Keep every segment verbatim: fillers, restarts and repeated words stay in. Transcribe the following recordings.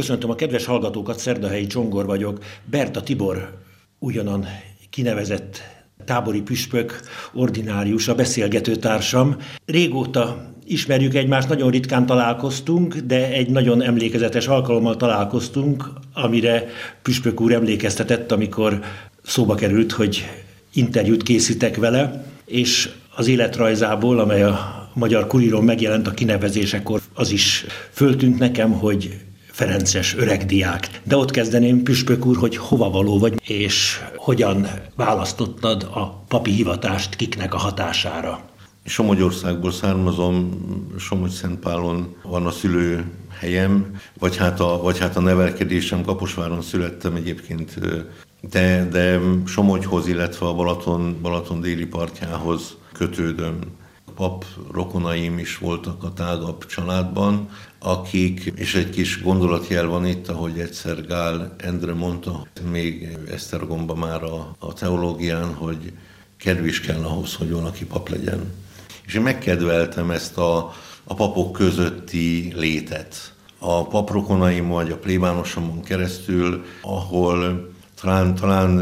Köszöntöm a kedves hallgatókat, Szerdahelyi Csongor vagyok. Berta Tibor újonnan kinevezett tábori püspök, ordinárius, a beszélgető társam. Régóta ismerjük egymást, nagyon ritkán találkoztunk, de egy nagyon emlékezetes alkalommal találkoztunk, amire püspök úr emlékeztetett, amikor szóba került, hogy interjút készítek vele, és az életrajzából, amely a Magyar Kuríron megjelent a kinevezésekor, az is föltűnt nekem, hogy ferences öregdiák. De ott kezdeném, püspök úr, hogy hova való vagy, és hogyan választottad a papi hivatást, kiknek a hatására? Somogyországból származom, Somogy-Szentpálon van a szülőhelyem, vagy hát a, vagy hát a nevelkedésem, Kaposváron születtem egyébként, de, de Somogyhoz, illetve a Balaton, Balaton déli partjához kötődöm. Pap rokonaim is voltak a tágabb családban, akik, és egy kis gondolatjel van itt, ahogy egyszer Gál Endre mondta, még Esztergomba már a, a teológián, hogy kedv is kell ahhoz, hogy valaki pap legyen. És én megkedveltem ezt a, a papok közötti létet. A paprokonaim vagy a plébánosomon keresztül, ahol talán, talán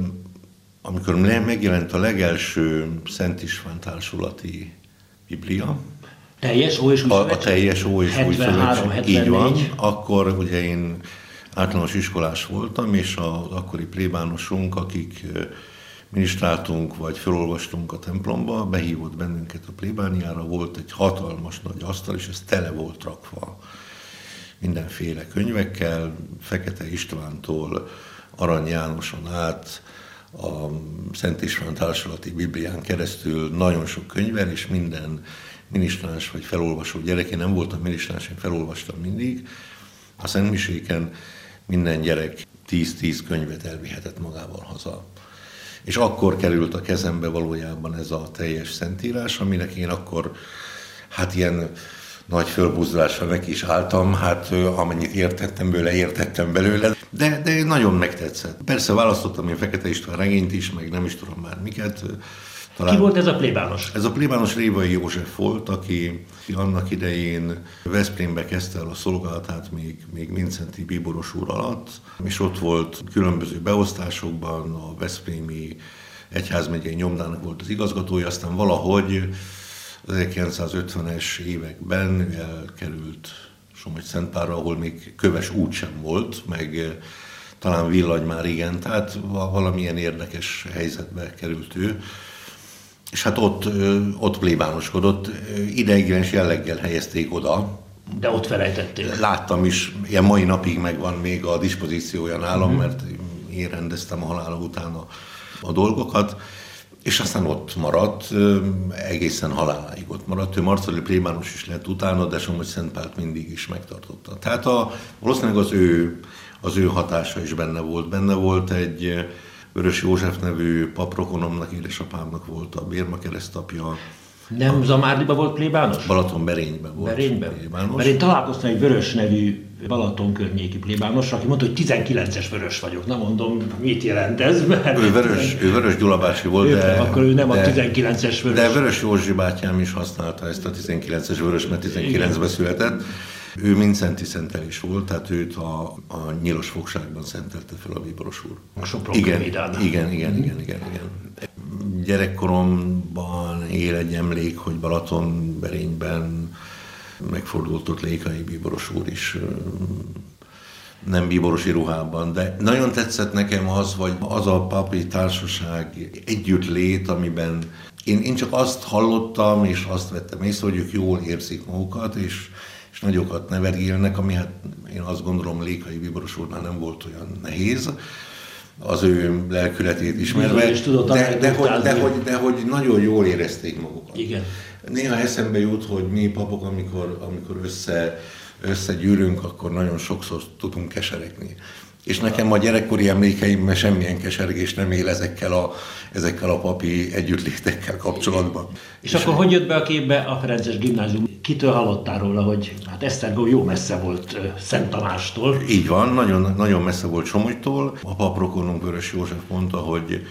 amikor megjelent a legelső Szent István társulati Biblia, teljes Ó és Új a, a teljes Ó és Új Szövetség, így van, akkor ugye én általános iskolás voltam, és az akkori plébánosunk, akik minisztráltunk, vagy felolvastunk a templomba, behívott bennünket a plébániára, volt egy hatalmas nagy asztal, és ez tele volt rakva mindenféle könyvekkel, Fekete Istvántól Arany Jánoson át, a Szent István társulati Biblián keresztül nagyon sok könyvvel, és minden minisztráns vagy felolvasó gyerek, én nem voltam minisztráns, én felolvastam mindig. A szentmiséken minden gyerek tíz-tíz könyvet elvihetett magával haza. És akkor került a kezembe valójában ez a teljes szentírás, aminek én akkor hát ilyen nagy fölbuzdulásra neki is álltam, hát amennyit értettem bőle, értettem belőle, de, de nagyon megtetszett. Persze választottam én Fekete István regényt is, meg nem is tudom már miket. Talán ki volt ez a plébános? Ez a plébános Révai József volt, aki annak idején Veszprémbe kezdte el a szolgálatát még, még Mindszenty bíboros úr alatt, és ott volt különböző beosztásokban, a veszprémi egyházmegyei nyomdának volt az igazgatója, aztán valahogy az ezerkilencszázötvenes években elkerült Somogy-Szentpálra, ahol még köves út sem volt, meg talán villany már igen, tehát valamilyen érdekes helyzetbe került ő. És hát ott, ott plébánoskodott, ideiglenes jelleggel helyezték oda. De ott felejtették. Láttam is, ilyen mai napig megvan még a diszpozíciója nálam, mm-hmm. mert én rendeztem a halála után a, a dolgokat. És aztán ott maradt, egészen haláláig ott maradt. Ő marcali plébános is lett utána, de Somogy-Szentpált mindig is megtartotta. Tehát a, valószínűleg az ő, az ő hatása is benne volt. Benne volt egy Vörös József nevű paprokonomnak, édesapámnak volt a Bérma keresztapja. Nem Zamárdiban volt plébános? Balatonberényben volt Berényben? plébános. Mert én találkoztam egy Vörös nevű Balaton környéki plébános, aki mondta, hogy tizenkilences vörös vagyok. Na mondom, mit jelent ez? Mert ő, vörös, ő Vörös Gyula bácsi volt, ő, de... Akkor ő nem de, a tizenkilences vörös. De Vörös Józsi bátyám is használta ezt a tizenkilences vörös, mert tizenkilencben született. Ő Mindszenty szentelés volt, tehát őt a, a Nyilas fogságban szentelte fel a bíboros úr. A Sopron igen, igen, igen, igen, igen, igen, igen. Gyerekkoromban él egy emlék, hogy Balatonberényben megfordult ott Lékai bíboros úr is, nem bíborosi ruhában, de nagyon tetszett nekem az, vagy az a papi társaság együttlét, amiben én, én csak azt hallottam, és azt vettem észre, hogy ők jól érzik magukat, és, és nagyokat nevetgélnek, ami hát én azt gondolom Lékai bíboros úrnál nem volt olyan nehéz, az ő lelkületét ismerve, de, de, hogy, de, hogy, de hogy nagyon jól érezték magukat. Igen. Néha eszembe jut, hogy mi papok, amikor, amikor össze, összegyűlünk, akkor nagyon sokszor tudunk keseregni. És nekem a gyerekkori emlékeimben semmilyen kesergés nem él ezekkel a, ezekkel a papi együttlétekkel kapcsolatban. És, és akkor hogy jött be a képbe a Ferences Gimnázium? Kitől hallottál róla, hogy hát Esztergom jó messze volt Szent Tamástól? Így van, nagyon, nagyon messze volt Somogytól. A paprokonunk Vörös József mondta, hogy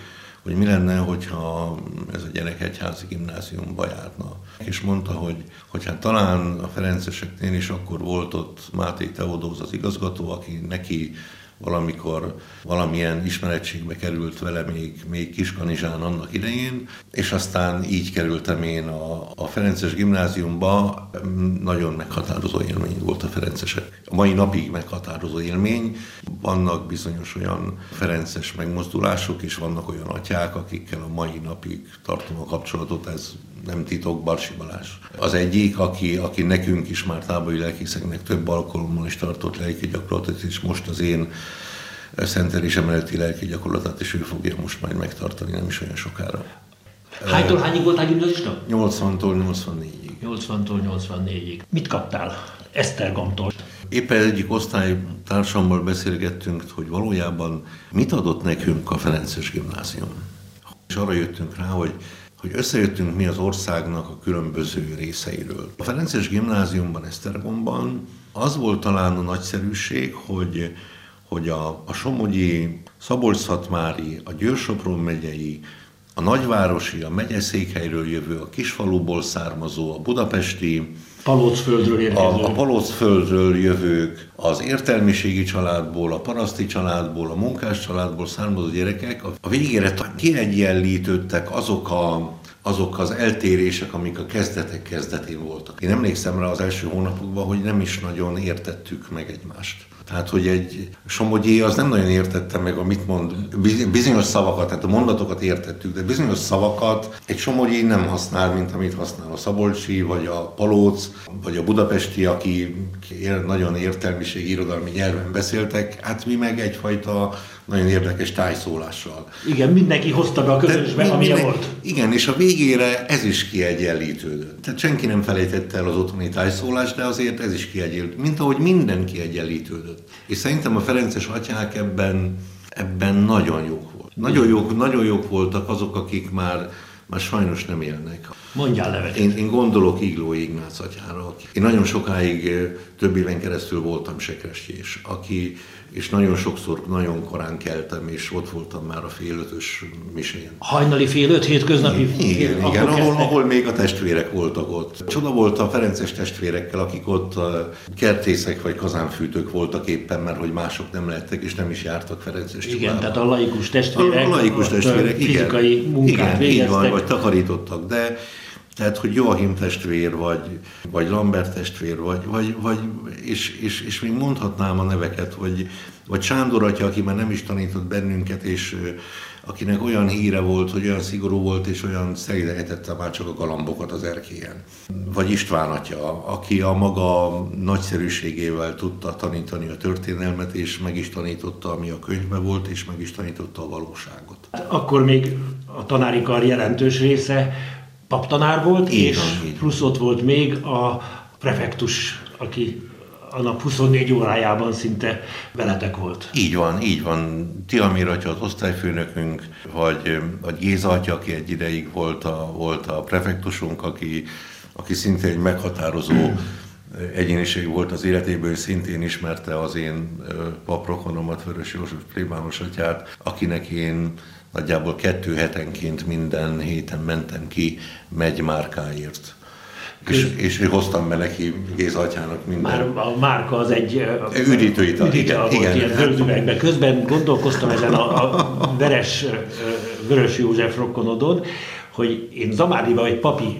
hogy mi lenne, hogyha ez a gyerek egyházi gimnáziumba járna. És mondta, hogy, hogy hát talán a ferenceseknél is akkor volt ott Máté Teodóz az igazgató, aki neki valamikor valamilyen ismerettségbe került vele még, még Kiskanizsán annak idején, és aztán így kerültem én a, a Ferences gimnáziumba. Nagyon meghatározó élmény volt a ferencesek. A mai napig meghatározó élmény. Vannak bizonyos olyan ferences megmozdulások, és vannak olyan atyák, akikkel a mai napig tartom a kapcsolatot, ez nem titok, Barsi Balázs. Az egyik, aki, aki nekünk is már tábori lelkészeknek több alkalommal is tartott lelki gyakorlatot, és most az én szentelés emeleti lelki gyakorlatát is ő fogja most majd megtartani, nem is olyan sokára. Hánytól hányig voltál gimnazista? nyolcvantól nyolcvannégyig. nyolcvantól nyolcvannégyig. Mit kaptál Esztergomtól? Éppen egyik osztálytársammal beszélgettünk, hogy valójában mit adott nekünk a Ferences gimnázium. És arra jöttünk rá, hogy hogy összejöttünk mi az országnak a különböző részeiről. A Ferences gimnáziumban, Esztergomban az volt talán a nagyszerűség, hogy, hogy a, a somogyi, Szabolcs-Szatmári, a Győr-Sopron megyei, a nagyvárosi, a megyeszékhelyről jövő, a kisfaluból származó, a budapesti, Palócföldről érkező. A, a Palócföldről jövők, az értelmiségi családból, a paraszti családból, a munkás családból származó gyerekek a végére kiegyenlítődtek azok, a, azok az eltérések, amik a kezdetek kezdetén voltak. Én emlékszem rá az első hónapokban, hogy nem is nagyon értettük meg egymást. Tehát, hogy egy somogyi az nem nagyon értette meg, amit mond, bizonyos szavakat, tehát a mondatokat értettük, de bizonyos szavakat egy somogyi nem használ, mint amit használ a szabolcsi, vagy a palóc, vagy a budapesti, aki nagyon értelmiség, irodalmi nyelven beszéltek, hát mi meg egyfajta nagyon érdekes tájszólással. Igen, mindenki hozta be a közösbe, amilyen volt. Igen, és a végére ez is kiegyenlítődött. Tehát senki nem felejtette el az otthoni tájszólást, de azért ez is kiegyenlítődött, mint ahogy minden kiegyenlítődött. És szerintem a ferences atyák ebben, ebben nagyon jók volt. Nagyon jók, nagyon jók voltak azok, akik már, már sajnos nem élnek. Mondjál nevet. Én, én gondolok Igló Ignác atyára. Én nagyon sokáig, több éven keresztül voltam sekrestyés, aki, és nagyon sokszor, nagyon korán keltem, és ott voltam már a fél ötös misén. Hajnali fél öt, hétköznapi? Igen, fél, igen, igen ahol, ahol még a testvérek voltak ott. Csoda volt a ferences testvérekkel, akik ott kertészek vagy kazánfűtők voltak éppen, mert hogy mások nem lettek, és nem is jártak ferences igen, csubába. tehát a laikus testvérek, a, a laikus testvérek fizikai igen, munkát igen, végeztek. Így van, vagy takarítottak, de tehát, hogy Joachim testvér, vagy, vagy Lambert testvér, vagy, vagy, vagy és, és, és még mondhatnám a neveket, vagy, vagy Sándor atya, aki már nem is tanított bennünket, és akinek olyan híre volt, hogy olyan szigorú volt, és olyan szeridejtette már csak a galambokat az erkélyen. Vagy István atya, aki a maga nagyszerűségével tudta tanítani a történelmet, és meg is tanította, ami a könyvben volt, és meg is tanította a valóságot. Akkor még a tanári kar jelentős része paptanár volt, így és van, plusz ott volt még a prefektus, aki a nap huszonnégy órájában szinte veletek volt. Így van, így van. Tihamir atya az osztályfőnökünk, vagy a Géza atya, aki egy ideig volt a, volt a prefektusunk, aki, aki szintén egy meghatározó egyéniség volt az életében, és szintén ismerte az én paprokonomat, Vörös József plébános atyát, akinek én nagyjából kettő hetenként minden héten mentem ki megymárkáért. És, és hoztam be neki Géza atyának minden. Már a márka az egy üdítőital. Üdítőital volt, igen, ilyen zöld üvegben. Közben gondolkoztam ezen a, a veres, Vörös József rokonodon, hogy én Zamárdiban egy papi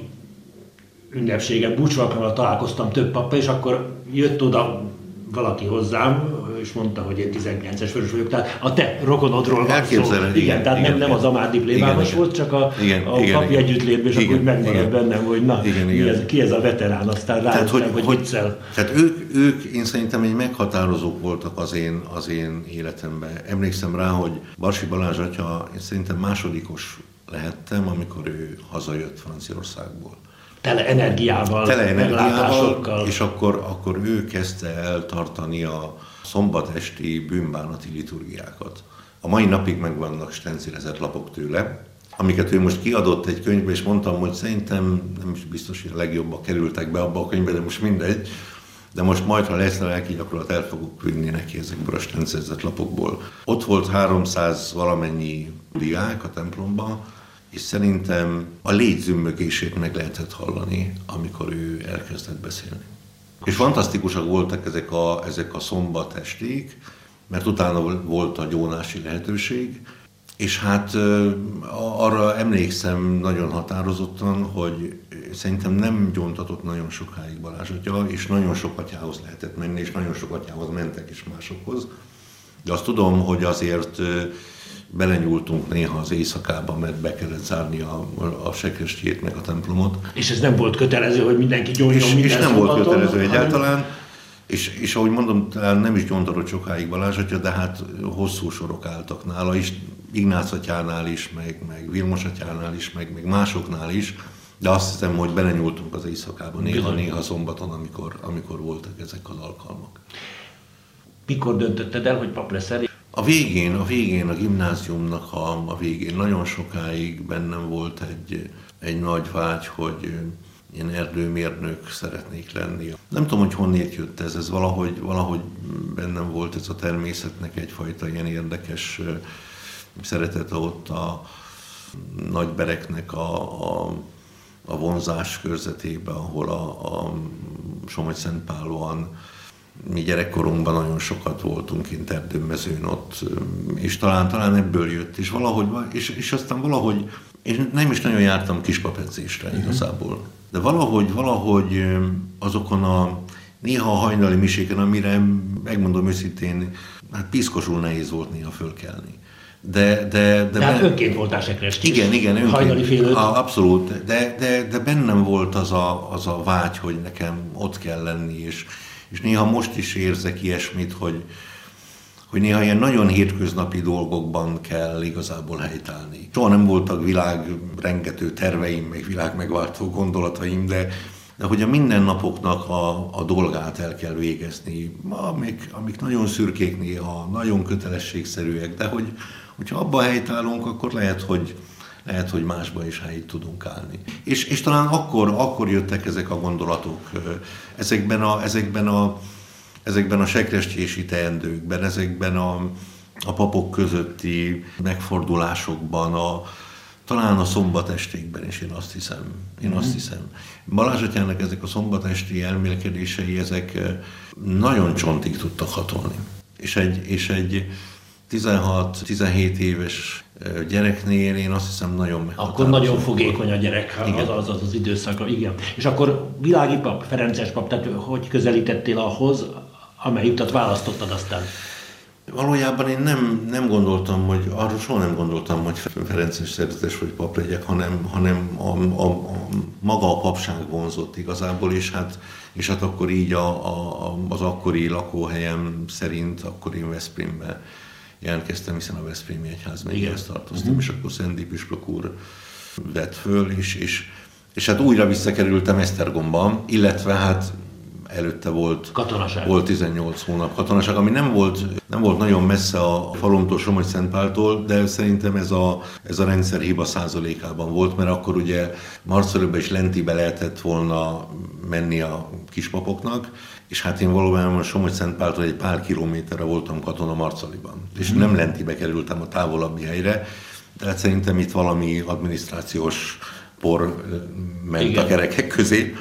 ünnepségen, búcsúalkalommal találkoztam több pappal, és akkor jött oda valaki hozzám, és mondta, hogy én tizenkilences vörös vagyok, tehát a te rokonodról van szó. Igen, igen, tehát igen, nem, nem a Zamárdi plébános volt, csak a, igen, a igen, papi igen, együttlétben, és igen, akkor megmaradt bennem, hogy na, igen, ki, ez, ki ez a veterán, aztán rájöttem, hogy, hogy, hogy viccel. Tehát ők, ők, én szerintem egy meghatározók voltak az én, az én életemben. Emlékszem rá, hogy Barsi Balázs atya, én szerintem másodikos lehettem, amikor ő hazajött Franciaországból. Tele energiával, Tele energiával, és akkor, akkor ő kezdte el tartani a szombat esti bűnbánati liturgiákat. A mai napig megvannak stencilezett lapok tőle, amiket ő most kiadott egy könyvbe, és mondtam, hogy szerintem nem is biztos, hogy a legjobbak kerültek be abba a könyvbe, de most mindegy. de most majd, ha lesz lelki gyakorlat, el fogok vinni neki ezekből a stencezett lapokból. Ott volt háromszáz valamennyi diák a templomban, és szerintem a légyzümmögését meg lehetett hallani, amikor ő elkezdett beszélni. És fantasztikusak voltak ezek a, ezek a szombatesték, mert utána volt a gyónási lehetőség, és hát arra emlékszem nagyon határozottan, hogy szerintem nem gyóntatott nagyon sokáig Balázs atya, és nagyon sok atyához lehetett menni, és nagyon sok atyához mentek is másokhoz. De azt tudom, hogy azért belenyúltunk néha az éjszakába, mert be kellett zárni a, a sekrestjét meg a templomot. És ez nem volt kötelező, hogy mindenki gyónjon és, minden És nem volt kötelező hanem... egyáltalán. És, és ahogy mondom, talán nem is gyóntatott sokáig Balázs atya, de hát hosszú sorok álltak nála is, Ignác atyánál is, meg, meg Vilmos atyánál is, meg, meg másoknál is, de azt hiszem, hogy belenyúltunk az éjszakában néha-néha szombaton, amikor, amikor voltak ezek az alkalmak. Mikor döntötted el, hogy pap leszel? A végén, a végén, a gimnáziumnak a, a végén nagyon sokáig bennem volt egy, egy nagy vágy, hogy én erdőmérnök szeretnék lenni. Nem tudom, hogy honnét jött ez, ez valahogy, valahogy bennem volt ez a természetnek egyfajta ilyen érdekes szeretete ott a nagybereknek a, a, a vonzás körzetében, ahol a, a Somogy-Szentpálon mi gyerekkorunkban nagyon sokat voltunk kint erdőmezőn ott, és talán, talán ebből jött, és valahogy, és, és aztán valahogy, én nem is nagyon jártam kispapedzésre uh-huh. igazából, de valahogy, valahogy azokon a néha a hajnali miséken, amire megmondom őszintén, hát piszkosul nehéz volt néha fölkelni. De, de, de Tehát ben... önként voltál sekrestis? Igen, igen, önként. Hajnali fél öt? Abszolút, de, de, de bennem volt az a, az a vágy, hogy nekem ott kell lenni, és, és néha most is érzek ilyesmit, hogy, hogy néha ilyen nagyon hétköznapi dolgokban kell igazából helytállni. Soha nem voltak világrengető terveim, meg világmegváltó gondolataim, de, de hogy a mindennapoknak a, a dolgát el kell végezni, amik, amik nagyon szürkék néha, nagyon kötelességszerűek, de hogy hogyha abba helytállunk, akkor lehet, hogy, lehet, hogy másba is helyt tudunk állni. És, és talán akkor, akkor jöttek ezek a gondolatok, ezekben a, ezekben a, ezekben a sekrestési teendőkben, ezekben a, a papok közötti megfordulásokban, a, talán a szombatestékben is, én azt hiszem. Én azt hiszem. Balázs atyának ezek a szombatesti elmélkedései, ezek nagyon csontig tudtak hatolni. És egy, és egy tizenhat-tizenhét éves gyereknél én azt hiszem nagyon meghatározó. Akkor nagyon fogékony a gyerek, az, az az az időszak, igen. És akkor világi pap, ferences pap, tehát hogy közelítettél ahhoz, amely utat választottad aztán? Valójában én nem, nem gondoltam, hogy arról soha nem gondoltam, hogy ferences szerzetes vagy pap legyek, hanem, hanem a, a, a, maga a papság vonzott igazából, és hát, és hát akkor így a, a, az akkori lakóhelyem szerint, akkor én Veszprémbe jelentkeztem, hiszen a Veszprémi Egyházmegyéhez tartoztam, uh-huh. és akkor Szendi püspök úr vett föl, és, és, és hát újra visszakerültem Esztergomba, illetve hát előtte volt, volt tizennyolc hónap katonaság, ami nem volt, nem volt nagyon messze a falumtól, Somogy-Szentpáltól, de szerintem ez a, ez a rendszer hiba százalékában volt, mert akkor ugye Marcaliba és Lentibe lehetett volna menni a kispapoknak, és hát én valóban Somogy-Szentpáltól egy pár kilométerre voltam katona Marcaliban, és hmm. nem Lentibe kerültem a távolabbi helyre, tehát szerintem itt valami adminisztrációs por ment Igen. a kerekek közé.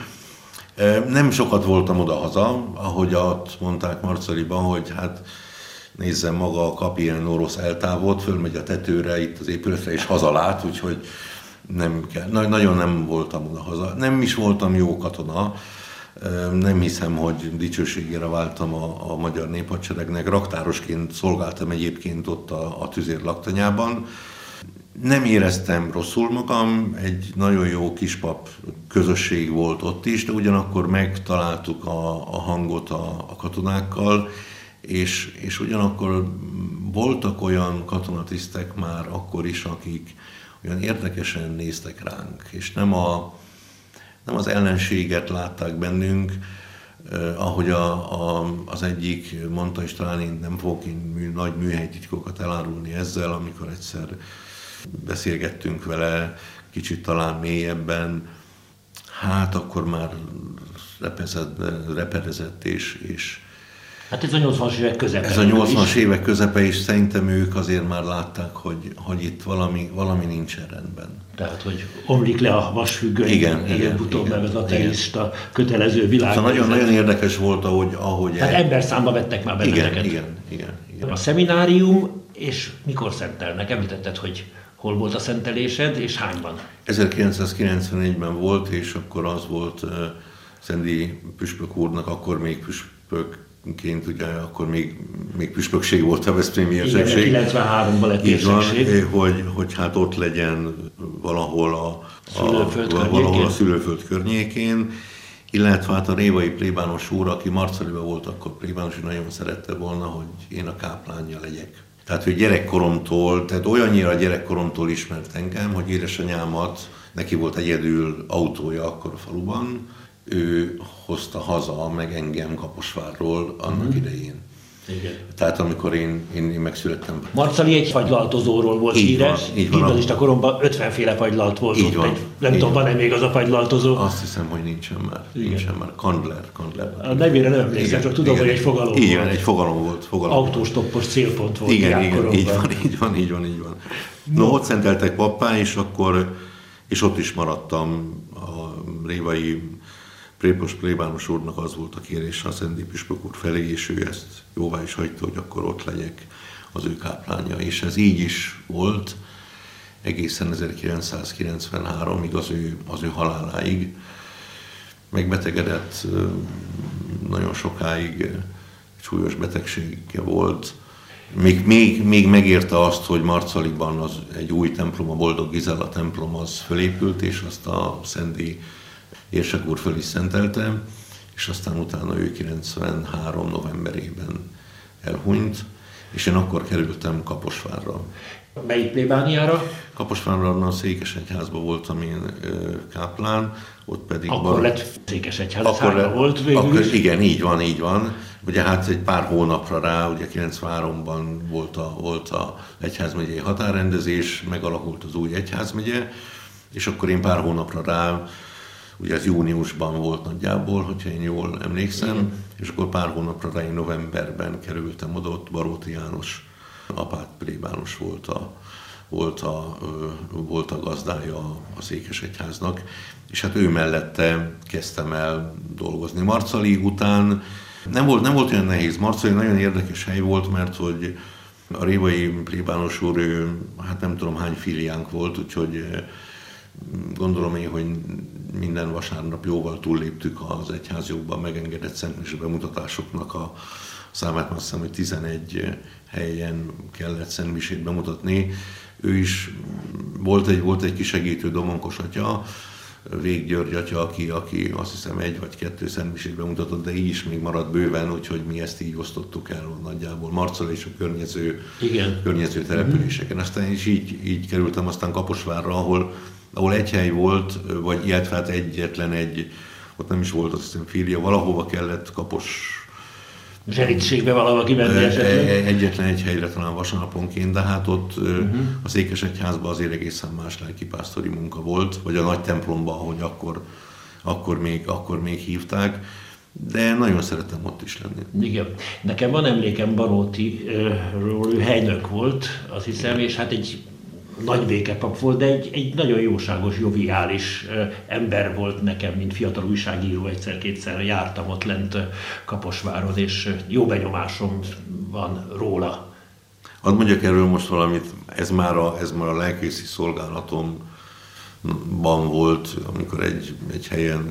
Nem sokat voltam oda-haza, ahogy ott mondták Marcaliban, hogy hát nézzem maga a kap ilyen orosz eltávot, fölmegy a tetőre itt az épületre és hazalát, úgyhogy nem kell. Na, nagyon nem voltam oda-haza. Nem is voltam jó katona, nem hiszem, hogy dicsőségére váltam a, a magyar néphadseregnek. Raktárosként szolgáltam egyébként ott a, a tüzér laktanyában. Nem éreztem rosszul magam, egy nagyon jó kispap közösség volt ott is, de ugyanakkor megtaláltuk a, a hangot a, a katonákkal, és, és ugyanakkor voltak olyan katonatisztek már akkor is, akik olyan érdekesen néztek ránk, és nem, a, nem az ellenséget látták bennünk, eh, ahogy a, a, az egyik mondta, és talán én nem fogok én mű, nagy műhelytitkokat elárulni ezzel, amikor egyszer beszélgettünk vele, kicsit talán mélyebben. Hát akkor már repezett, reperezett, és, és hát ez a nyolcvanas évek közepe. Ez a nyolcvanas évek közepe, és szerintem ők azért már látták, hogy, hogy itt valami, valami nincsen rendben. Tehát, hogy omlik le a vasfüggöny, igen, előbb-utóbb meg az ateista kötelező világ. Szóval nagyon-nagyon érdekes volt, ahogy... ahogy hát el... emberszámba vettek már benneteket. Igen, igen, igen, igen. A szeminárium, és mikor szentelnek? Említetted, hogy hol volt a szentelésed, és hányban? ezerkilencszázkilencvenegyben volt, és akkor az volt uh, Szendi püspök úrnak, akkor még püspökként, ugye akkor még, még püspökség volt a veszprémi érsekség. Igen, kilencvenháromban lett érsekség. Hogy, hogy hát ott legyen valahol a, a, szülőföld, valahol a szülőföld környékén, illetve hát a révai plébános úr, aki Marcaliban volt akkor plébános, nagyon szerette volna, hogy én a káplánja legyek. Tehát, hogy gyerekkoromtól, tehát olyannyira gyerekkoromtól ismert engem, hogy édesanyámat, neki volt egyedül autója akkor a faluban, ő hozta haza meg engem Kaposvárról annak mm. idején. Igen. Tehát amikor én, én, én megszülettem. Marcali egy fagylaltozóról volt így híres, hídbalista koromban ötvenféle fagylalt volt így ott. Van, egy, nem tudom, van-e még az a fagylaltozó? Azt hiszem, hogy nincsen már. Igen. Nincsen már. Kandler. Kandler. A nevére nem emlékszem, csak tudom, igen, hogy egy fogalom igen, volt. egy fogalom volt. Fogalom autóstoppos célpont volt. Igen, igen, így van, így van, így van, így van. No, ott szenteltek pappá, és akkor, és ott is maradtam a révai prépos plébános úrnak az volt a kérése a Szendi püspök úr felé, és ő ezt jóvá is hagyta, hogy akkor ott legyek az ő káplánja. És ez így is volt egészen ezerkilencszázkilencvenháromig, az ő, az ő haláláig. Megbetegedett nagyon sokáig, súlyos betegsége volt. Még, még, még megérte azt, hogy Marcaliban az egy új templom, a Boldog Gizella templom az fölépült, és azt a Szendi érsek úr föl is szentelte, és aztán utána ő kilencvenhárom novemberében elhunyt, és én akkor kerültem Kaposvárra. Melyik plébániára? Kaposvárra a Székesegyházban voltam én káplán, ott pedig... Akkor bar... lett Székesegyház, akkor le... volt végül akkor, is? Igen, így van, így van. Ugye hát egy pár hónapra rá, ugye kilencvenháromban volt a, volt a egyházmegyei határrendezés, megalakult az új egyházmegye, és akkor én pár hónapra rá, ugye ez júniusban volt nagyjából, hogyha én jól emlékszem, igen. És akkor pár hónapra rá én novemberben kerültem oda, ott Baróti János apát plébános volt a, volt a, volt a gazdája a Székesegyháznak, és hát ő mellette kezdtem el dolgozni. Marcali után nem volt, nem volt olyan nehéz. Marcali nagyon érdekes hely volt, mert hogy a révai plébános úr, ő, hát nem tudom hány filiánk volt, úgyhogy gondolom én, hogy minden vasárnap jóval túlléptük az egyházjogban megengedett szentmise bemutatásoknak a számát, azt hiszem, hogy tizenegy helyen kellett szentmisét bemutatni. Ő is volt egy, volt egy kisegítő Domonkos atya, Vég György atya, aki, aki azt hiszem egy vagy kettő szentmisét bemutatott, de így is még maradt bőven, úgyhogy mi ezt így osztottuk el nagyjából Marcali és a környező, környező településeken. Aztán is így, így kerültem aztán Kaposvárra, ahol ahol egy hely volt, vagy illetve hát egyetlen egy, ott nem is volt, azt hiszem filia, valahova kellett Kapos... Zserítségbe valahova kimenni esetleg? Egyetlen egy helyre talán vasárnaponként, de hát ott uh-huh. a Székesegyházban azért egészen más lelkipásztori munka volt, vagy a nagy templomban, ahogy akkor, akkor, még, akkor még hívták, de nagyon szeretem ott is lenni. Igen. Nekem van emlékem Barótiról, ő helynök volt, azt hiszem, és hát egy nagy békepap volt, de egy, egy nagyon jóságos, joviális ember volt nekem, mint fiatal újságíró, egyszer-kétszer jártam ott lent Kaposváron, és jó benyomásom van róla. Hadd mondjak erről most valamit, ez már a, ez már a lelkészi szolgálatomban volt, amikor egy, egy helyen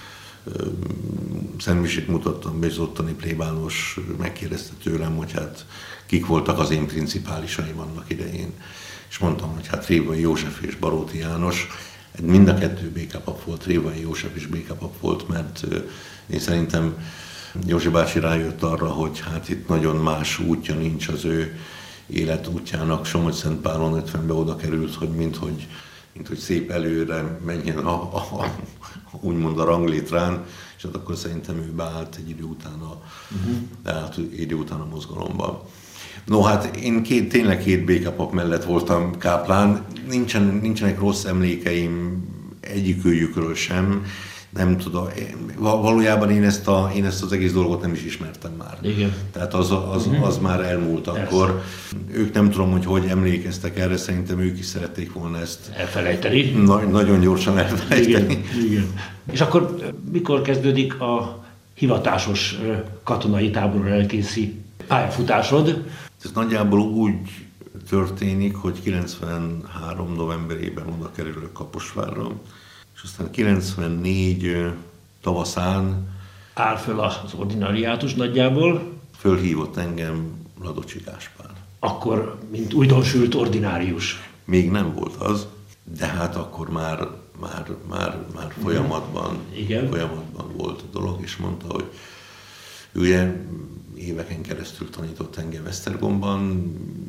szentmisét mutattam be, és az ottani plébános megkérdezte tőlem, hogy hát kik voltak az én principálisaim annak idején. És mondtam, hogy hát Révai József és Baróti János, mind a kettő békepap volt, Révai József is békepap volt, mert én szerintem Józsi bácsi rájött arra, hogy hát itt nagyon más útja nincs az ő életútjának. Somogy-Szentpálon ötvenbe oda került, hogy minthogy, minthogy szép előre menjen a, a, a, úgymond a ranglétrán, és hát akkor szerintem ő beállt egy idő után a, uh-huh. beállt egy idő után a mozgalomba. No, hát én két, tényleg két békepap mellett voltam káplán, Nincsen, nincsenek rossz emlékeim egyikőjükről sem, nem tudom, valójában én ezt, a, én ezt az egész dolgot nem is ismertem már. Igen. Tehát az, az, az már elmúlt akkor. Ők nem tudom, hogy hogy emlékeztek erre, szerintem ők is szerették volna ezt elfelejteni. Na, nagyon gyorsan elfelejteni. Igen, igen. És akkor mikor kezdődik a hivatásos katonai táborra elkészi pályafutásod? Ez nagyjából úgy történik, hogy kilencvenhárom novemberében oda kerülök Kaposvárra, és aztán kilencvennégy tavaszán áll föl az ordinariátus nagyjából. Fölhívott engem Ladocsi Gáspár. Akkor, mint újdonsült ordinárius. Még nem volt az, de hát akkor már, már, már, már folyamatban, Igen. folyamatban volt a dolog, és mondta, hogy ugye éveken keresztül tanított engem Esztergomban,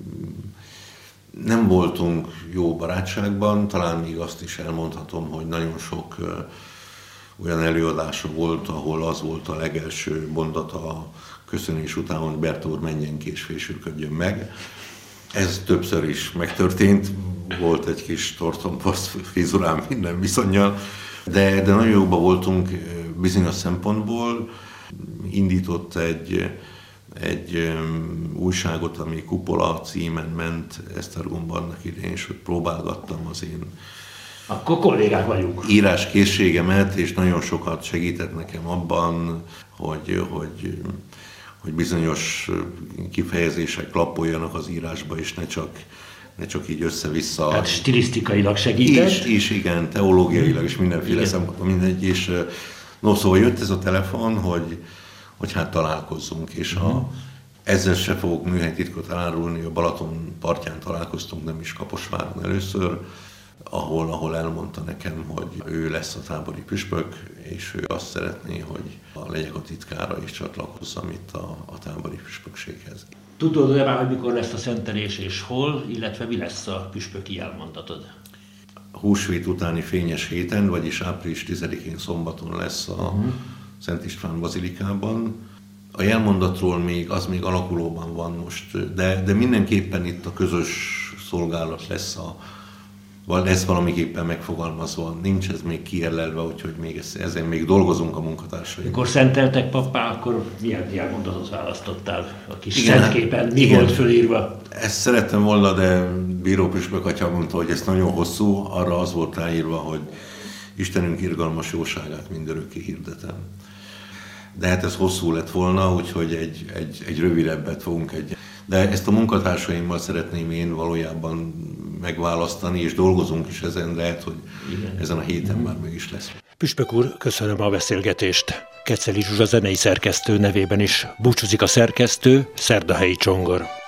nem voltunk jó barátságban, talán még azt is elmondhatom, hogy nagyon sok uh, olyan előadása volt, ahol az volt a legelső mondata a köszönés után, hogy Berta úr, menjen ki és fésülködjön meg. Ez többször is megtörtént, volt egy kis tortomposzt frizurám minden viszonnyal, de, de nagyon jóban voltunk bizonyos szempontból. Indított egy egy um, újságot, ami Kupola címen ment Esztergomban annak idején, és hogy próbálgattam az én Akkor kollégák vagyunk. íráskészségemet, és nagyon sokat segített nekem abban, hogy, hogy, hogy bizonyos kifejezések lapoljanak az írásba, és ne csak, ne csak így össze-vissza. Tehát stilisztikailag segített? És, és igen, teológiailag is mindenféle szempontból mindegy, és no, szóval jött ez a telefon, hogy hogy hát találkozzunk, és uh-huh. ha ezzel se fogok műhelytitkot elárulni, a Balaton partján találkoztunk, nem is Kaposváron először, ahol, ahol elmondta nekem, hogy ő lesz a tábori püspök, és ő azt szeretné, hogy legyek a titkára, és csatlakozzam itt a, a tábori püspökséghez. Tudod-e már, hogy mikor lesz a szentelés és hol, illetve mi lesz a püspöki elmondatod? A húsvét utáni fényes héten, vagyis április tizedikén szombaton lesz a uh-huh. Szent István bazilikában. A jelmondatról még, az még alakulóban van most, de, de mindenképpen itt a közös szolgálat lesz, a, lesz valamiképpen megfogalmazva, nincs ez még kiérlelve, úgyhogy még ez, ezen még dolgozunk a munkatársaim. Mikor szenteltek pappá, akkor milyen jelmondatot választottál? A kis szentképen mi igen, volt fölírva? Ezt szerettem volna, de bírópüspök atya mondta, hogy ez nagyon hosszú, arra az volt ráírva, hogy Istenünk irgalmas jóságát mindörökké hirdetem. De hát ez hosszú lett volna, úgyhogy egy, egy, egy rövidebbet fogunk egy. De ezt a munkatársaimmal szeretném én valójában megválasztani, és dolgozunk is ezen, lehet, hogy igen. ezen a héten már meg is lesz. Püspök úr, köszönöm a beszélgetést. Keceli Zsuzsa zenei szerkesztő nevében is búcsúzik a szerkesztő, Szerdahelyi Csongor.